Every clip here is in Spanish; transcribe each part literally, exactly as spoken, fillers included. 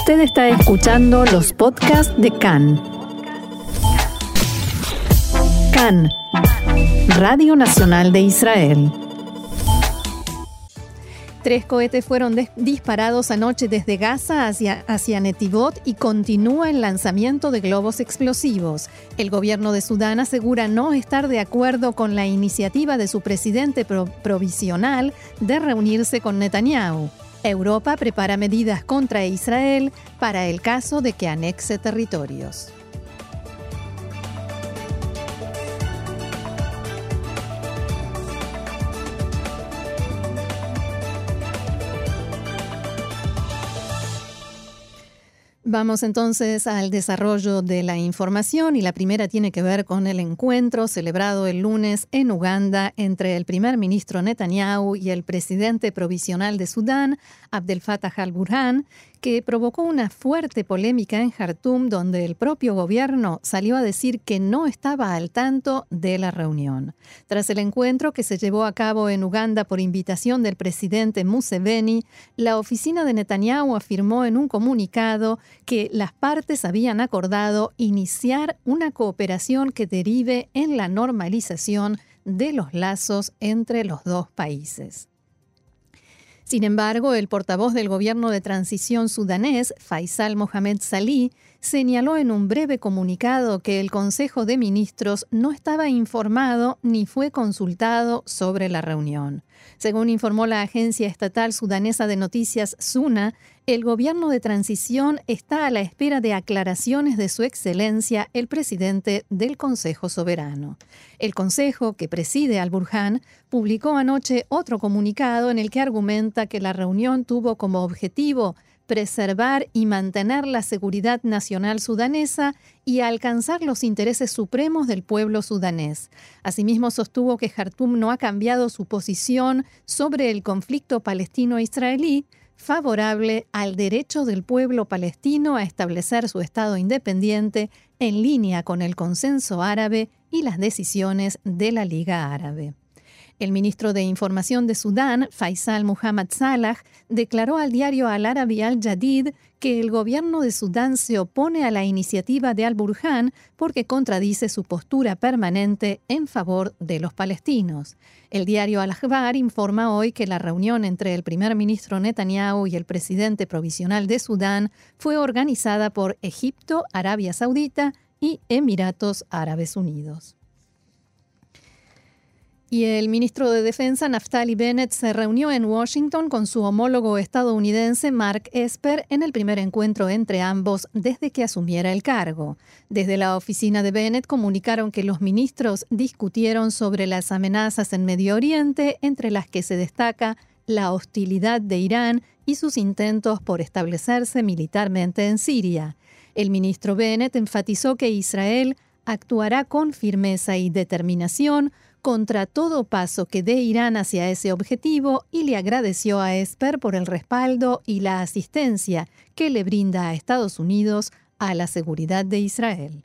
Usted está escuchando los podcasts de C A N. C A N, Radio Nacional de Israel. Tres cohetes fueron des- disparados anoche desde Gaza hacia, hacia Netivot y continúa el lanzamiento de globos explosivos. El gobierno de Sudán asegura no estar de acuerdo con la iniciativa de su presidente pro- provisional de reunirse con Netanyahu. Europa prepara medidas contra Israel para el caso de que anexe territorios. Vamos entonces al desarrollo de la información y la primera tiene que ver con el encuentro celebrado el lunes en Uganda entre el primer ministro Netanyahu y el presidente provisional de Sudán, Abdel Fattah al-Burhan, que provocó una fuerte polémica en Jartum, donde el propio gobierno salió a decir que no estaba al tanto de la reunión. Tras el encuentro que se llevó a cabo en Uganda por invitación del presidente Museveni, la oficina de Netanyahu afirmó en un comunicado que las partes habían acordado iniciar una cooperación que derive en la normalización de los lazos entre los dos países. Sin embargo, el portavoz del gobierno de transición sudanés, Faisal Mohamed Salih, señaló en un breve comunicado que el Consejo de Ministros no estaba informado ni fue consultado sobre la reunión. Según informó la agencia estatal sudanesa de noticias SUNA, el gobierno de transición está a la espera de aclaraciones de su excelencia, el presidente del Consejo Soberano. El Consejo, que preside al-Burhan, publicó anoche otro comunicado en el que argumenta que la reunión tuvo como objetivo preservar y mantener la seguridad nacional sudanesa y alcanzar los intereses supremos del pueblo sudanés. Asimismo, sostuvo que Jartum no ha cambiado su posición sobre el conflicto palestino-israelí, favorable al derecho del pueblo palestino a establecer su Estado independiente en línea con el consenso árabe y las decisiones de la Liga Árabe. El ministro de Información de Sudán, Faisal Muhammad Salah, declaró al diario Al Arabi Al Jadid que el gobierno de Sudán se opone a la iniciativa de al-Burhan porque contradice su postura permanente en favor de los palestinos. El diario Al-Akhbar informa hoy que la reunión entre el primer ministro Netanyahu y el presidente provisional de Sudán fue organizada por Egipto, Arabia Saudita y Emiratos Árabes Unidos. Y el ministro de Defensa, Naftali Bennett, se reunió en Washington con su homólogo estadounidense, Mark Esper, en el primer encuentro entre ambos desde que asumiera el cargo. Desde la oficina de Bennett comunicaron que los ministros discutieron sobre las amenazas en Medio Oriente, entre las que se destaca la hostilidad de Irán y sus intentos por establecerse militarmente en Siria. El ministro Bennett enfatizó que Israel actuará con firmeza y determinación contra todo paso que dé Irán hacia ese objetivo y le agradeció a Esper por el respaldo y la asistencia que le brinda a Estados Unidos a la seguridad de Israel.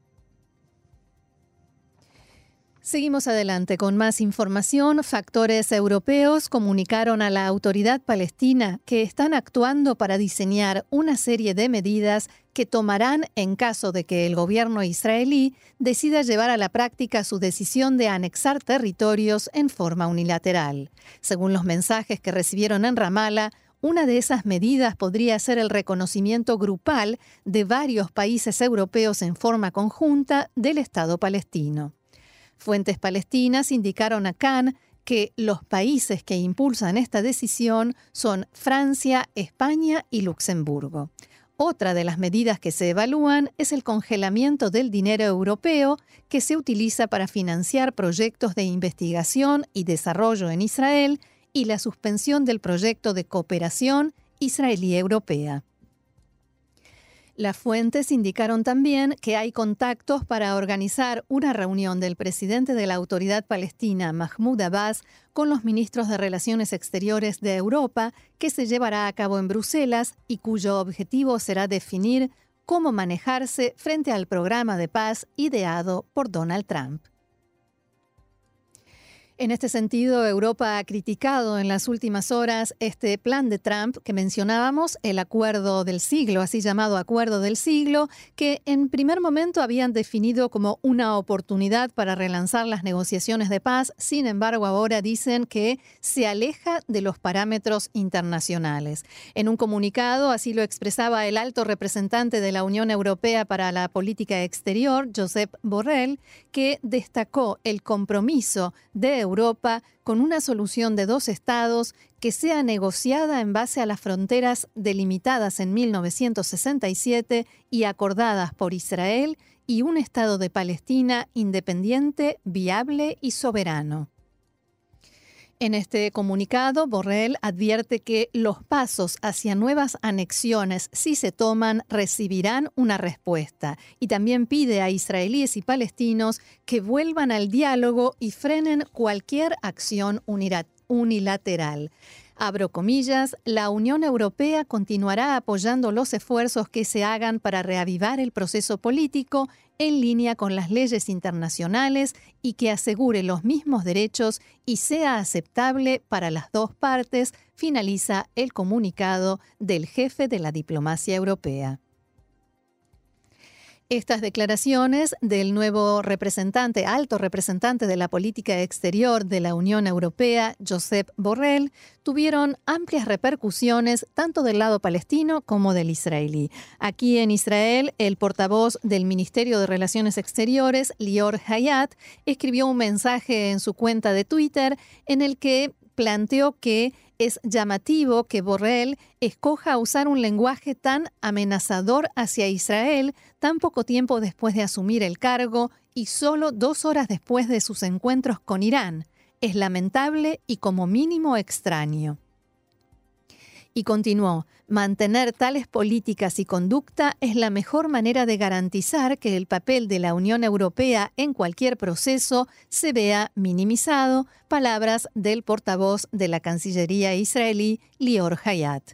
Seguimos adelante con más información. Factores europeos comunicaron a la autoridad palestina que están actuando para diseñar una serie de medidas que tomarán en caso de que el gobierno israelí decida llevar a la práctica su decisión de anexar territorios en forma unilateral. Según los mensajes que recibieron en Ramala, una de esas medidas podría ser el reconocimiento grupal de varios países europeos en forma conjunta del Estado palestino. Fuentes palestinas indicaron a C A N que los países que impulsan esta decisión son Francia, España y Luxemburgo. Otra de las medidas que se evalúan es el congelamiento del dinero europeo que se utiliza para financiar proyectos de investigación y desarrollo en Israel y la suspensión del proyecto de cooperación israelí-europea. Las fuentes indicaron también que hay contactos para organizar una reunión del presidente de la Autoridad Palestina, Mahmoud Abbas, con los ministros de Relaciones Exteriores de Europa, que se llevará a cabo en Bruselas y cuyo objetivo será definir cómo manejarse frente al programa de paz ideado por Donald Trump. En este sentido, Europa ha criticado en las últimas horas este plan de Trump que mencionábamos, el acuerdo del siglo, así llamado acuerdo del siglo, que en primer momento habían definido como una oportunidad para relanzar las negociaciones de paz. Sin embargo, ahora dicen que se aleja de los parámetros internacionales. En un comunicado, así lo expresaba el alto representante de la Unión Europea para la Política Exterior, Josep Borrell, que destacó el compromiso de Europa con una solución de dos estados que sea negociada en base a las fronteras delimitadas en mil novecientos sesenta y siete y acordadas por Israel, y un estado de Palestina independiente, viable y soberano. En este comunicado, Borrell advierte que los pasos hacia nuevas anexiones, si se toman, recibirán una respuesta. Y también pide a israelíes y palestinos que vuelvan al diálogo y frenen cualquier acción unilateral. Abro comillas, la Unión Europea continuará apoyando los esfuerzos que se hagan para reavivar el proceso político en línea con las leyes internacionales y que asegure los mismos derechos y sea aceptable para las dos partes, finaliza el comunicado del jefe de la diplomacia europea. Estas declaraciones del nuevo representante, alto representante de la política exterior de la Unión Europea, Josep Borrell, tuvieron amplias repercusiones tanto del lado palestino como del israelí. Aquí en Israel, el portavoz del Ministerio de Relaciones Exteriores, Lior Hayat, escribió un mensaje en su cuenta de Twitter en el que planteó que es llamativo que Borrell escoja usar un lenguaje tan amenazador hacia Israel tan poco tiempo después de asumir el cargo y solo dos horas después de sus encuentros con Irán. Es lamentable y como mínimo extraño. Y continuó, mantener tales políticas y conducta es la mejor manera de garantizar que el papel de la Unión Europea en cualquier proceso se vea minimizado, palabras del portavoz de la Cancillería israelí, Lior Hayat.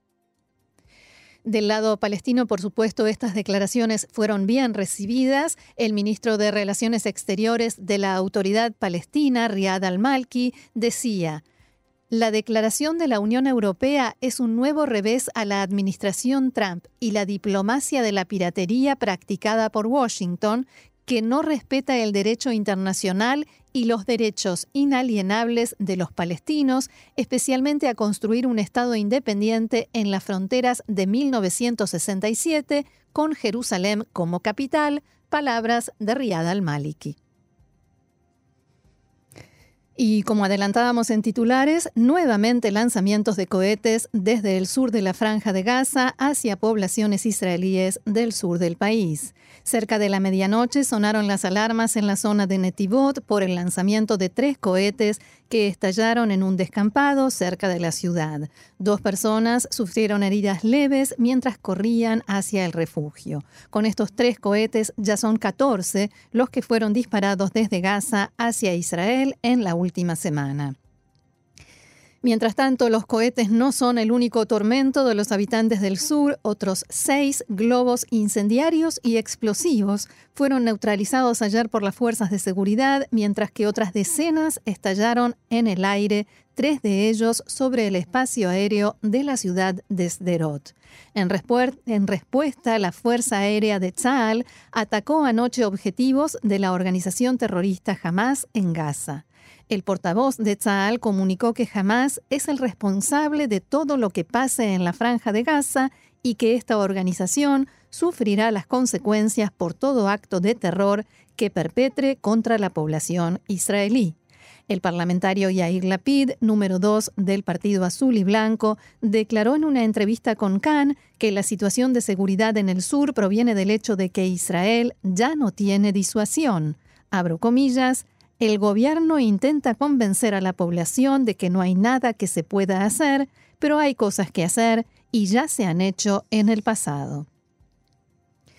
Del lado palestino, por supuesto, estas declaraciones fueron bien recibidas. El ministro de Relaciones Exteriores de la Autoridad Palestina, Riad al-Malki, decía: la declaración de la Unión Europea es un nuevo revés a la administración Trump y la diplomacia de la piratería practicada por Washington, que no respeta el derecho internacional y los derechos inalienables de los palestinos, especialmente a construir un Estado independiente en las fronteras de mil novecientos sesenta y siete, con Jerusalén como capital, palabras de Riad al-Maliki. Y como adelantábamos en titulares, nuevamente lanzamientos de cohetes desde el sur de la Franja de Gaza hacia poblaciones israelíes del sur del país. Cerca de la medianoche sonaron las alarmas en la zona de Netivot por el lanzamiento de tres cohetes que estallaron en un descampado cerca de la ciudad. Dos personas sufrieron heridas leves mientras corrían hacia el refugio. Con estos tres cohetes ya son catorce los que fueron disparados desde Gaza hacia Israel en la última semana. Mientras tanto, los cohetes no son el único tormento de los habitantes del sur. Otros seis globos incendiarios y explosivos fueron neutralizados ayer por las fuerzas de seguridad, mientras que otras decenas estallaron en el aire, tres de ellos sobre el espacio aéreo de la ciudad de Sderot. En, respu- en respuesta, la Fuerza Aérea de Tzahal atacó anoche objetivos de la organización terrorista Hamás en Gaza. El portavoz de Tzahal comunicó que Hamás es el responsable de todo lo que pase en la Franja de Gaza y que esta organización sufrirá las consecuencias por todo acto de terror que perpetre contra la población israelí. El parlamentario Yair Lapid, número dos del Partido Azul y Blanco, declaró en una entrevista con Kan que la situación de seguridad en el sur proviene del hecho de que Israel ya no tiene disuasión. Abro comillas, el gobierno intenta convencer a la población de que no hay nada que se pueda hacer, pero hay cosas que hacer y ya se han hecho en el pasado.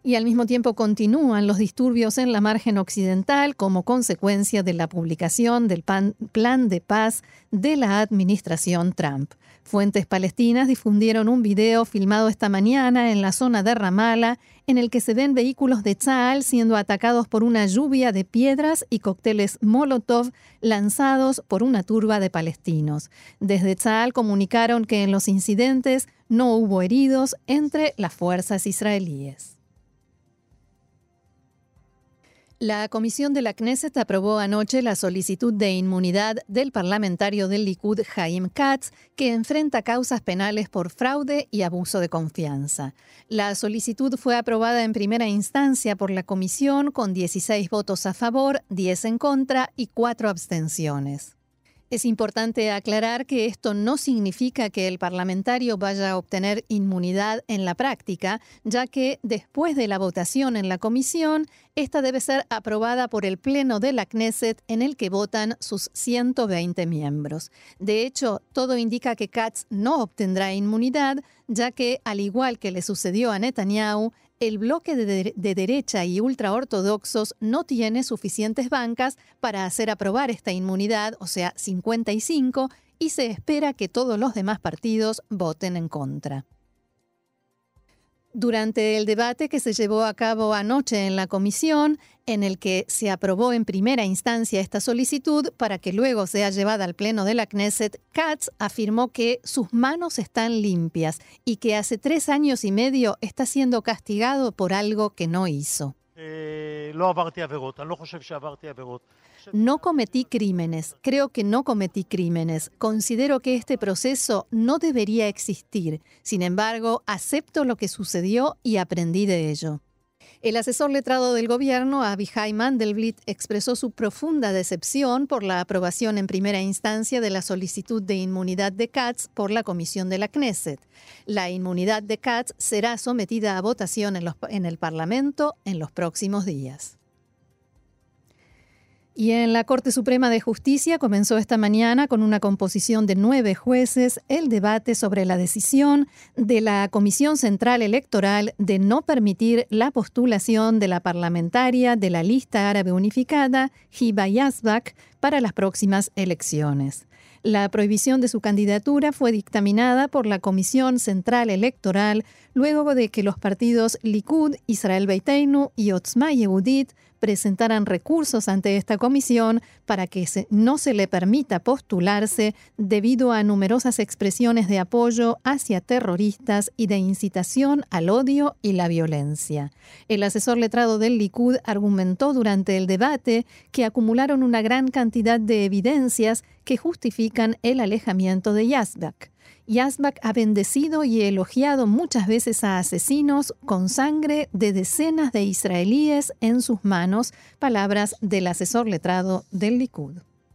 Y al mismo tiempo continúan los disturbios en la margen occidental como consecuencia de la publicación del pan- plan de paz de la administración Trump. Fuentes palestinas difundieron un video filmado esta mañana en la zona de Ramala en el que se ven vehículos de Tzal siendo atacados por una lluvia de piedras y cócteles Molotov lanzados por una turba de palestinos. Desde Tzal comunicaron que en los incidentes no hubo heridos entre las fuerzas israelíes. La comisión de la Knesset aprobó anoche la solicitud de inmunidad del parlamentario del Likud Haim Katz, que enfrenta causas penales por fraude y abuso de confianza. La solicitud fue aprobada en primera instancia por la comisión con dieciséis votos a favor, diez en contra y cuatro abstenciones. Es importante aclarar que esto no significa que el parlamentario vaya a obtener inmunidad en la práctica, ya que después de la votación en la comisión, esta debe ser aprobada por el Pleno de la Knesset en el que votan sus ciento veinte miembros. De hecho, todo indica que Katz no obtendrá inmunidad, ya que, al igual que le sucedió a Netanyahu, el bloque de, de, de derecha y ultraortodoxos no tiene suficientes bancas para hacer aprobar esta inmunidad, o sea, cincuenta y cinco, y se espera que todos los demás partidos voten en contra. Durante el debate que se llevó a cabo anoche en la comisión, en el que se aprobó en primera instancia esta solicitud para que luego sea llevada al Pleno de la Knesset, Katz afirmó que sus manos están limpias y que hace tres años y medio está siendo castigado por algo que no hizo. Eh, לא עברתי עבירות, אני לא חושב שעברתי עבירות. No cometí crímenes, creo que no cometí crímenes. Considero que este proceso no debería existir. Sin embargo, acepto lo que sucedió y aprendí de ello. El asesor letrado del gobierno, Abihai Mandelblit, expresó su profunda decepción por la aprobación en primera instancia de la solicitud de inmunidad de Katz por la comisión de la Knesset. La inmunidad de Katz será sometida a votación en, los, en el Parlamento en los próximos días. Y en la Corte Suprema de Justicia comenzó esta mañana con una composición de nueve jueces el debate sobre la decisión de la Comisión Central Electoral de no permitir la postulación de la parlamentaria de la lista árabe unificada, Hiba Yazbak, para las próximas elecciones. La prohibición de su candidatura fue dictaminada por la Comisión Central Electoral luego de que los partidos Likud, Israel Beiteinu y Otzma Yehudit presentaran recursos ante esta comisión para que se, no se le permita postularse debido a numerosas expresiones de apoyo hacia terroristas y de incitación al odio y la violencia. El asesor letrado del Likud argumentó durante el debate que acumularon una gran cantidad de evidencias que justifican el alejamiento de Yazbak. Yazbak ha bendecido y elogiado muchas veces a asesinos con sangre de decenas de israelíes en sus manos, palabras del asesor letrado del Likud.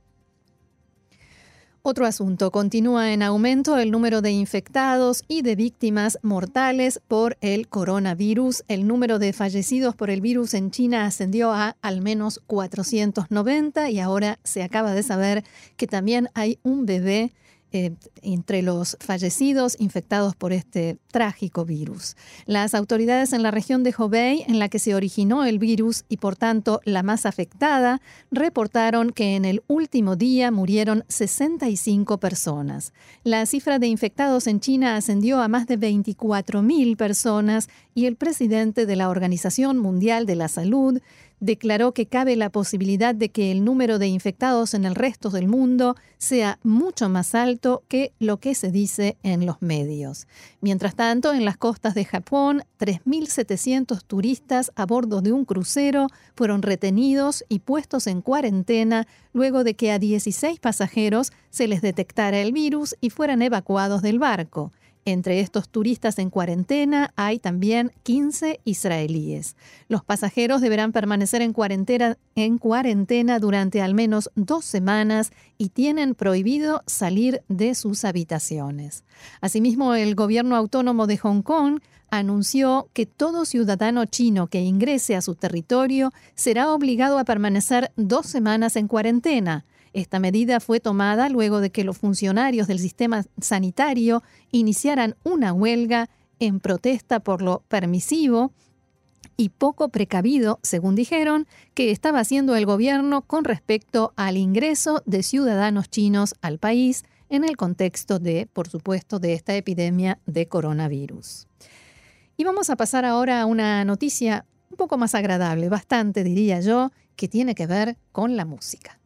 Otro asunto, continúa en aumento el número de infectados y de víctimas mortales por el coronavirus. El número de fallecidos por el virus en China ascendió a al menos cuatrocientos noventa y ahora se acaba de saber que también hay un bebé Eh, entre los fallecidos infectados por este trágico virus. Las autoridades en la región de Hubei, en la que se originó el virus y por tanto la más afectada, reportaron que en el último día murieron sesenta y cinco personas. La cifra de infectados en China ascendió a más de veinticuatro mil personas y el presidente de la Organización Mundial de la Salud declaró que cabe la posibilidad de que el número de infectados en el resto del mundo sea mucho más alto que lo que se dice en los medios. Mientras tanto, en las costas de Japón, tres mil setecientos turistas a bordo de un crucero fueron retenidos y puestos en cuarentena luego de que a dieciséis pasajeros se les detectara el virus y fueran evacuados del barco. Entre estos turistas en cuarentena hay también quince israelíes. Los pasajeros deberán permanecer en cuarentena, en cuarentena durante al menos dos semanas y tienen prohibido salir de sus habitaciones. Asimismo, el gobierno autónomo de Hong Kong anunció que todo ciudadano chino que ingrese a su territorio será obligado a permanecer dos semanas en cuarentena. Esta medida fue tomada luego de que los funcionarios del sistema sanitario iniciaran una huelga en protesta por lo permisivo y poco precavido, según dijeron, que estaba haciendo el gobierno con respecto al ingreso de ciudadanos chinos al país en el contexto de, por supuesto, de esta epidemia de coronavirus. Y vamos a pasar ahora a una noticia un poco más agradable, bastante diría yo, que tiene que ver con la música.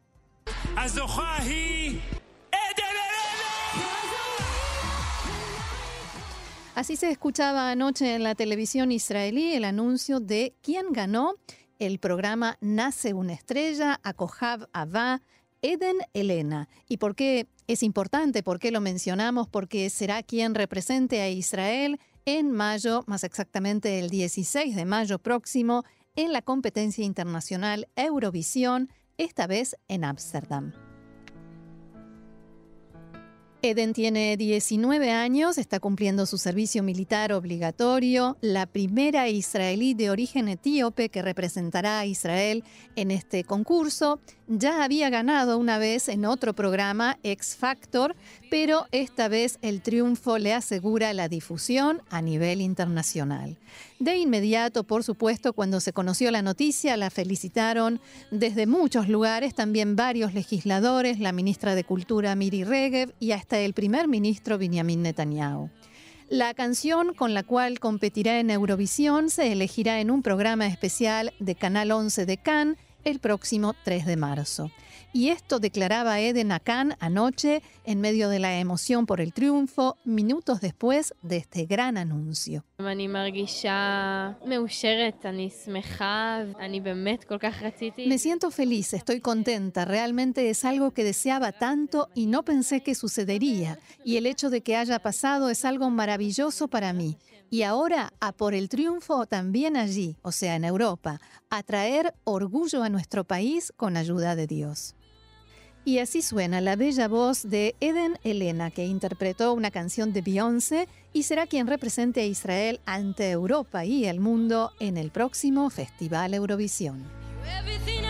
Así se escuchaba anoche en la televisión israelí el anuncio de quién ganó el programa Nace una estrella, Akohav Avá, Eden Elena. ¿Y por qué es importante? ¿Por qué lo mencionamos? Porque será quien represente a Israel en mayo, más exactamente el dieciséis de mayo próximo, en la competencia internacional Eurovisión, esta vez en Ámsterdam. Eden tiene diecinueve años, está cumpliendo su servicio militar obligatorio, la primera israelí de origen etíope que representará a Israel en este concurso. Ya había ganado una vez en otro programa, X Factor, pero esta vez el triunfo le asegura la difusión a nivel internacional. De inmediato, por supuesto, cuando se conoció la noticia, la felicitaron desde muchos lugares, también varios legisladores, la ministra de Cultura Miri Regev y hasta el primer ministro Benjamin Netanyahu. La canción con la cual competirá en Eurovisión se elegirá en un programa especial de Canal once de Cannes el próximo tres de marzo. Y esto declaraba Eden a Cannes anoche en medio de la emoción por el triunfo, minutos después de este gran anuncio. Me siento feliz, estoy contenta, realmente es algo que deseaba tanto y no pensé que sucedería. Y el hecho de que haya pasado es algo maravilloso para mí. Y ahora, a por el triunfo también allí, o sea, en Europa, a traer orgullo a nuestro país con ayuda de Dios. Y así suena la bella voz de Eden Elena, que interpretó una canción de Beyoncé y será quien represente a Israel ante Europa y el mundo en el próximo Festival Eurovisión.